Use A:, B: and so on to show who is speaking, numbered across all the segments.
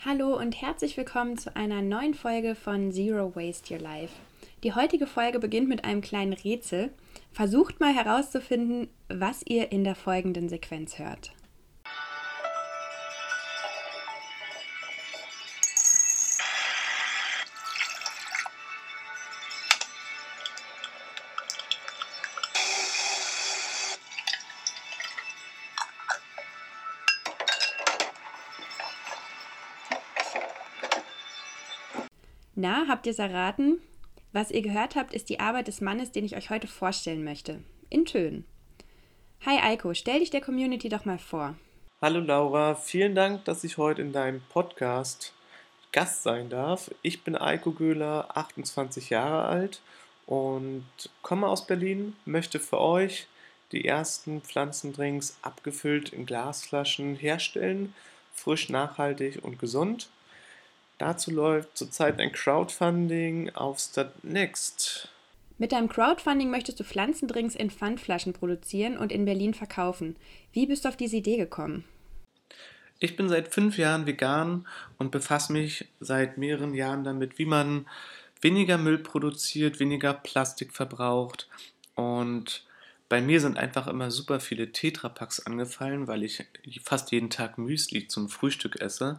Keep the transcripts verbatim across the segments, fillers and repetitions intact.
A: Hallo und herzlich willkommen zu einer neuen Folge von Zero Waste Your Life. Die heutige Folge beginnt mit einem kleinen Rätsel. Versucht mal herauszufinden, was ihr in der folgenden Sequenz hört. Na, habt ihr es erraten? Was ihr gehört habt, ist die Arbeit des Mannes, den ich euch heute vorstellen möchte. In Tönen. Hi Eiko, stell dich der Community doch mal vor.
B: Hallo Laura, vielen Dank, dass ich heute in deinem Podcast Gast sein darf. Ich bin Eiko Göhler, achtundzwanzig Jahre alt und komme aus Berlin, möchte für euch die ersten Pflanzendrinks abgefüllt in Glasflaschen herstellen, frisch, nachhaltig und gesund. Dazu läuft zurzeit ein Crowdfunding auf Startnext.
A: Mit deinem Crowdfunding möchtest du Pflanzendrinks in Pfandflaschen produzieren und in Berlin verkaufen. Wie bist du auf diese Idee gekommen?
B: Ich bin seit fünf Jahren vegan und befasse mich seit mehreren Jahren damit, wie man weniger Müll produziert, weniger Plastik verbraucht. Und bei mir sind einfach immer super viele Tetrapacks angefallen, weil ich fast jeden Tag Müsli zum Frühstück esse.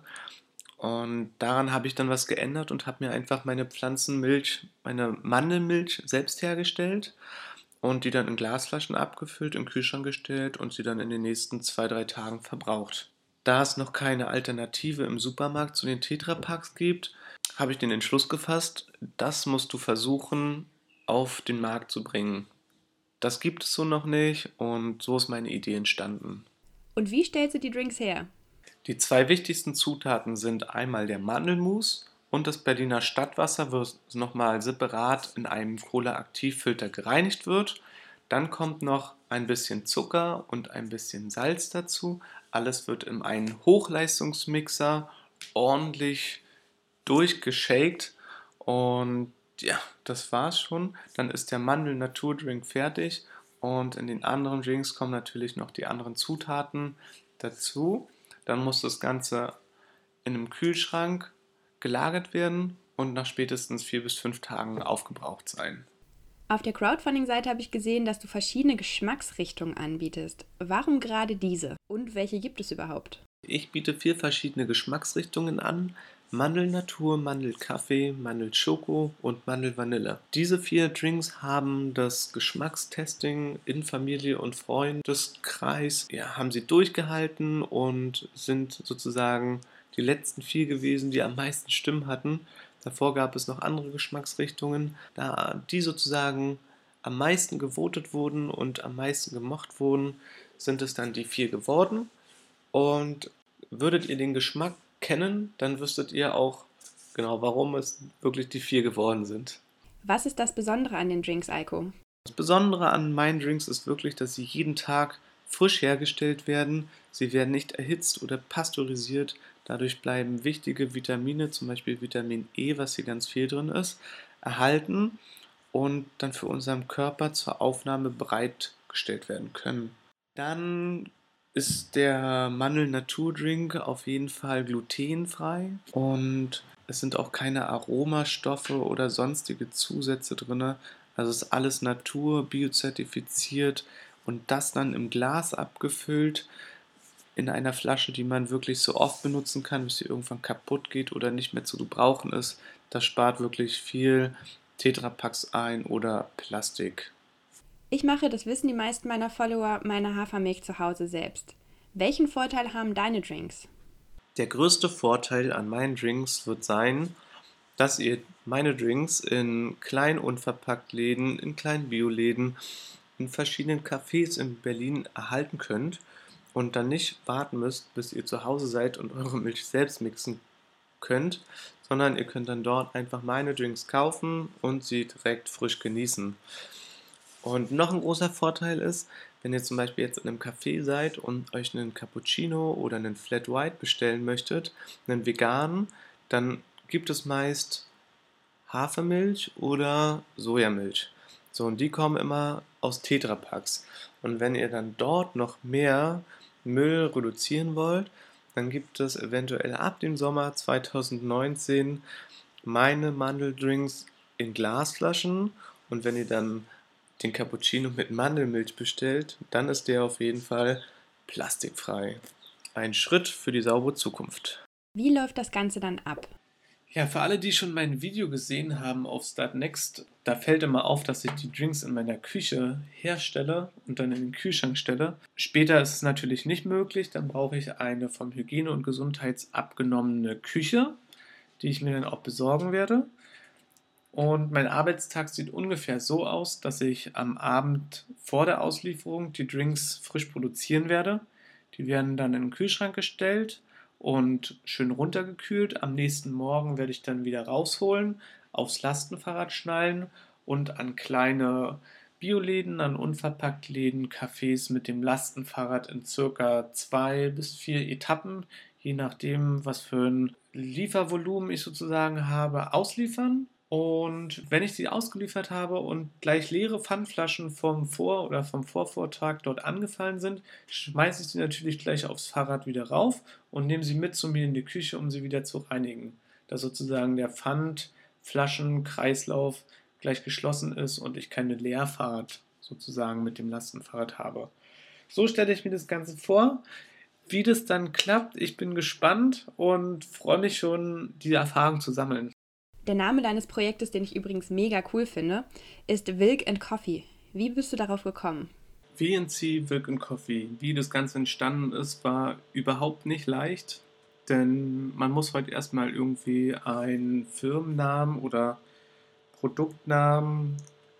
B: Und daran habe ich dann was geändert und habe mir einfach meine Pflanzenmilch, meine Mandelmilch selbst hergestellt und die dann in Glasflaschen abgefüllt, in den Kühlschrank gestellt und sie dann in den nächsten zwei, drei Tagen verbraucht. Da es noch keine Alternative im Supermarkt zu den Tetrapacks gibt, habe ich den Entschluss gefasst, das musst du versuchen auf den Markt zu bringen. Das gibt es so noch nicht und so ist meine Idee entstanden.
A: Und wie stellst du die Drinks her?
B: Die zwei wichtigsten Zutaten sind einmal der Mandelmus und das Berliner Stadtwasser, was nochmal separat in einem Kohleaktivfilter gereinigt wird. Dann kommt noch ein bisschen Zucker und ein bisschen Salz dazu. Alles wird in einen Hochleistungsmixer ordentlich durchgeschakt und ja, das war's schon. Dann ist der Mandel-Naturdrink fertig und in den anderen Drinks kommen natürlich noch die anderen Zutaten dazu. Dann muss das Ganze in einem Kühlschrank gelagert werden und nach spätestens vier bis fünf Tagen aufgebraucht sein.
A: Auf der Crowdfunding-Seite habe ich gesehen, dass du verschiedene Geschmacksrichtungen anbietest. Warum gerade diese? Und welche gibt es überhaupt?
B: Ich biete vier verschiedene Geschmacksrichtungen an: Mandel-Natur, Mandel-Kaffee, Mandel-Schoko und Mandel-Vanille. Diese vier Drinks haben das Geschmackstesting in Familie und Freundeskreis, ja, haben sie durchgehalten und sind sozusagen die letzten vier gewesen, die am meisten Stimmen hatten. Davor gab es noch andere Geschmacksrichtungen. Da die sozusagen am meisten gewotet wurden und am meisten gemocht wurden, sind es dann die vier geworden. Und würdet ihr den Geschmack kennen, dann wüsstet ihr auch genau, warum es wirklich die vier geworden sind.
A: Was ist das Besondere an den Drinks, Eiko?
B: Das Besondere an meinen Drinks ist wirklich, dass sie jeden Tag frisch hergestellt werden. Sie werden nicht erhitzt oder pasteurisiert. Dadurch bleiben wichtige Vitamine, zum Beispiel Vitamin E, was hier ganz viel drin ist, erhalten und dann für unseren Körper zur Aufnahme bereitgestellt werden können. Dann ist der Mandel-Naturdrink auf jeden Fall glutenfrei und es sind auch keine Aromastoffe oder sonstige Zusätze drin. Also ist alles Natur, biozertifiziert und das dann im Glas abgefüllt in einer Flasche, die man wirklich so oft benutzen kann, bis sie irgendwann kaputt geht oder nicht mehr zu gebrauchen ist. Das spart wirklich viel Tetrapacks ein oder Plastik.
A: Ich mache, das wissen die meisten meiner Follower, meine Hafermilch zu Hause selbst. Welchen Vorteil haben deine Drinks?
B: Der größte Vorteil an meinen Drinks wird sein, dass ihr meine Drinks in klein unverpackt Läden, in kleinen Bioläden, in verschiedenen Cafés in Berlin erhalten könnt und dann nicht warten müsst, bis ihr zu Hause seid und eure Milch selbst mixen könnt, sondern ihr könnt dann dort einfach meine Drinks kaufen und sie direkt frisch genießen. Und noch ein großer Vorteil ist, wenn ihr zum Beispiel jetzt in einem Café seid und euch einen Cappuccino oder einen Flat White bestellen möchtet, einen veganen, dann gibt es meist Hafermilch oder Sojamilch. So, und die kommen immer aus Tetrapacks. Und wenn ihr dann dort noch mehr Müll reduzieren wollt, dann gibt es eventuell ab dem Sommer zweitausendneunzehn meine Mandeldrinks in Glasflaschen, und wenn ihr dann den Cappuccino mit Mandelmilch bestellt, dann ist der auf jeden Fall plastikfrei. Ein Schritt für die saubere Zukunft.
A: Wie läuft das Ganze dann ab?
B: Ja, für alle, die schon mein Video gesehen haben auf Start Next, da fällt immer auf, dass ich die Drinks in meiner Küche herstelle und dann in den Kühlschrank stelle. Später ist es natürlich nicht möglich, dann brauche ich eine vom Hygiene- und Gesundheitsamt abgenommene Küche, die ich mir dann auch besorgen werde. Und mein Arbeitstag sieht ungefähr so aus, dass ich am Abend vor der Auslieferung die Drinks frisch produzieren werde. Die werden dann in den Kühlschrank gestellt und schön runtergekühlt. Am nächsten Morgen werde ich dann wieder rausholen, aufs Lastenfahrrad schnallen und an kleine Bioläden, an Unverpacktläden, Cafés mit dem Lastenfahrrad in circa zwei bis vier Etappen, je nachdem, was für ein Liefervolumen ich sozusagen habe, ausliefern. Und wenn ich sie ausgeliefert habe und gleich leere Pfandflaschen vom Vor- oder vom Vorvortag dort angefallen sind, schmeiße ich sie natürlich gleich aufs Fahrrad wieder rauf und nehme sie mit zu mir in die Küche, um sie wieder zu reinigen. Dass sozusagen der Pfandflaschenkreislauf gleich geschlossen ist und ich keine Leerfahrt sozusagen mit dem Lastenfahrrad habe. So stelle ich mir das Ganze vor. Wie das dann klappt, ich bin gespannt und freue mich schon, diese Erfahrung zu sammeln.
A: Der Name deines Projektes, den ich übrigens mega cool finde, ist Wilk and Coffee. Wie bist du darauf gekommen?
B: V and C Wilk and Coffee. Wie das Ganze entstanden ist, war überhaupt nicht leicht, denn man muss heute erstmal irgendwie einen Firmennamen oder Produktnamen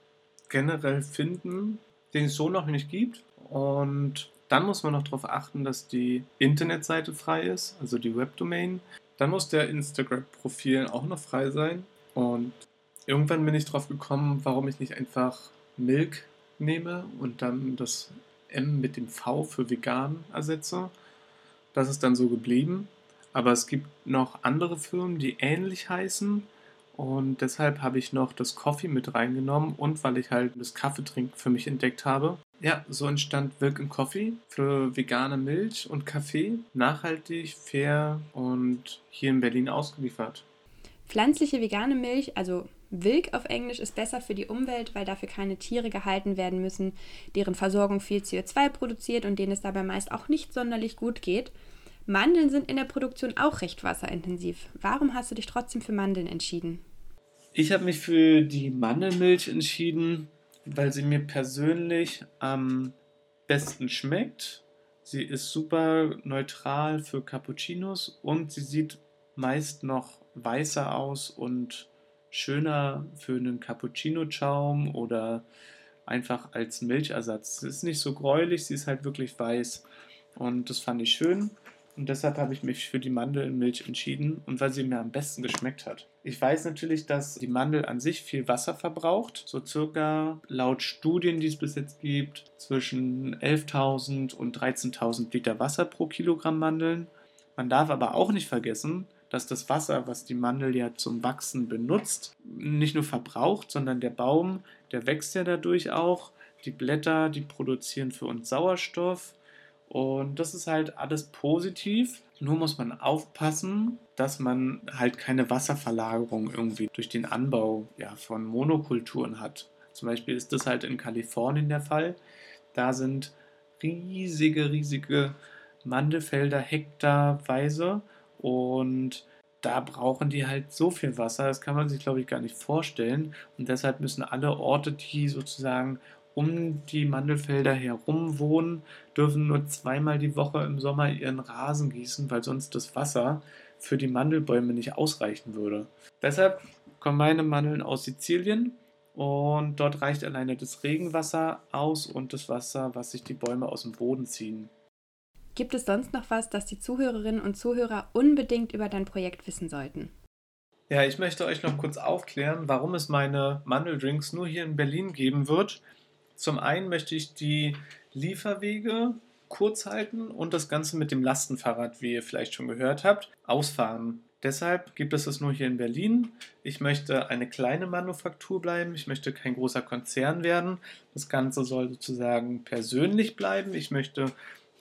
B: generell finden, den es so noch nicht gibt. Und dann muss man noch darauf achten, dass die Internetseite frei ist, also die Webdomain. Dann muss der Instagram-Profil auch noch frei sein. Und irgendwann bin ich drauf gekommen, warum ich nicht einfach Milk nehme und dann das M mit dem V für vegan ersetze. Das ist dann so geblieben. Aber es gibt noch andere Firmen, die ähnlich heißen. Und deshalb habe ich noch das Coffee mit reingenommen und weil ich halt das Kaffeetrinken für mich entdeckt habe. Ja, so entstand Wilk and Coffee für vegane Milch und Kaffee. Nachhaltig, fair und hier in Berlin ausgeliefert.
A: Pflanzliche vegane Milch, also Wilk auf Englisch, ist besser für die Umwelt, weil dafür keine Tiere gehalten werden müssen, deren Versorgung viel C O zwei produziert und denen es dabei meist auch nicht sonderlich gut geht. Mandeln sind in der Produktion auch recht wasserintensiv. Warum hast du dich trotzdem für Mandeln entschieden?
B: Ich habe mich für die Mandelmilch entschieden, weil sie mir persönlich am besten schmeckt. Sie ist super neutral für Cappuccinos und sie sieht meist noch weißer aus und schöner für einen Cappuccino-Schaum oder einfach als Milchersatz. Sie ist nicht so gräulich, sie ist halt wirklich weiß und das fand ich schön. Und deshalb habe ich mich für die Mandelmilch entschieden und weil sie mir am besten geschmeckt hat. Ich weiß natürlich, dass die Mandel an sich viel Wasser verbraucht. So circa laut Studien, die es bis jetzt gibt, zwischen elftausend und dreizehntausend Liter Wasser pro Kilogramm Mandeln. Man darf aber auch nicht vergessen, dass das Wasser, was die Mandel ja zum Wachsen benutzt, nicht nur verbraucht, sondern der Baum, der wächst ja dadurch auch. Die Blätter, die produzieren für uns Sauerstoff. Und das ist halt alles positiv. Nur muss man aufpassen, dass man halt keine Wasserverlagerung irgendwie durch den Anbau ja, von Monokulturen hat. Zum Beispiel ist das halt in Kalifornien der Fall. Da sind riesige, riesige Mandelfelder hektarweise und da brauchen die halt so viel Wasser, das kann man sich, glaube ich, gar nicht vorstellen. Und deshalb müssen alle Orte, die sozusagen um die Mandelfelder herum wohnen, dürfen nur zweimal die Woche im Sommer ihren Rasen gießen, weil sonst das Wasser für die Mandelbäume nicht ausreichen würde. Deshalb kommen meine Mandeln aus Sizilien und dort reicht alleine das Regenwasser aus und das Wasser, was sich die Bäume aus dem Boden ziehen.
A: Gibt es sonst noch was, das die Zuhörerinnen und Zuhörer unbedingt über dein Projekt wissen sollten?
B: Ja, ich möchte euch noch kurz aufklären, warum es meine Mandeldrinks nur hier in Berlin geben wird. Zum einen möchte ich die Lieferwege kurz halten und das Ganze mit dem Lastenfahrrad, wie ihr vielleicht schon gehört habt, ausfahren. Deshalb gibt es es nur hier in Berlin. Ich möchte eine kleine Manufaktur bleiben. Ich möchte kein großer Konzern werden. Das Ganze soll sozusagen persönlich bleiben. Ich möchte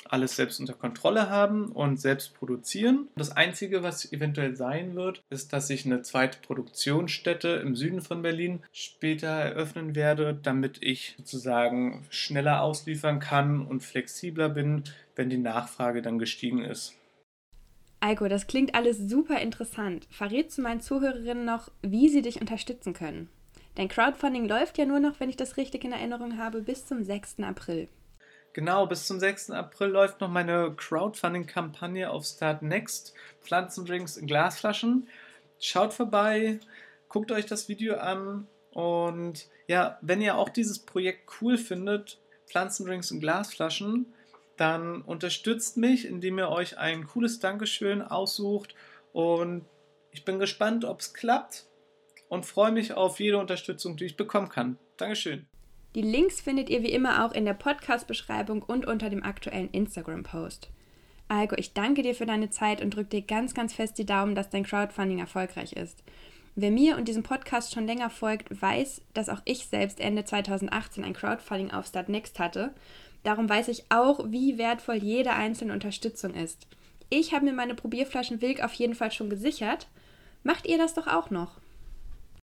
B: alles selbst unter Kontrolle haben und selbst produzieren. Das Einzige, was eventuell sein wird, ist, dass ich eine zweite Produktionsstätte im Süden von Berlin später eröffnen werde, damit ich sozusagen schneller ausliefern kann und flexibler bin, wenn die Nachfrage dann gestiegen ist.
A: Eiko, das klingt alles super interessant. Verrätst du meinen Zuhörerinnen noch, wie sie dich unterstützen können? Dein Crowdfunding läuft ja nur noch, wenn ich das richtig in Erinnerung habe, bis zum sechsten April.
B: Genau, bis zum sechsten April läuft noch meine Crowdfunding-Kampagne auf Start Next, Pflanzendrinks in Glasflaschen. Schaut vorbei, guckt euch das Video an und ja, wenn ihr auch dieses Projekt cool findet, Pflanzendrinks in Glasflaschen, dann unterstützt mich, indem ihr euch ein cooles Dankeschön aussucht und ich bin gespannt, ob es klappt und freue mich auf jede Unterstützung, die ich bekommen kann. Dankeschön.
A: Die Links findet ihr wie immer auch in der Podcast-Beschreibung und unter dem aktuellen Instagram-Post. Eiko, ich danke dir für deine Zeit und drücke dir ganz, ganz fest die Daumen, dass dein Crowdfunding erfolgreich ist. Wer mir und diesem Podcast schon länger folgt, weiß, dass auch ich selbst Ende zweitausendachtzehn ein Crowdfunding auf Start Next hatte. Darum weiß ich auch, wie wertvoll jede einzelne Unterstützung ist. Ich habe mir meine Probierflaschen Wilk auf jeden Fall schon gesichert. Macht ihr das doch auch noch?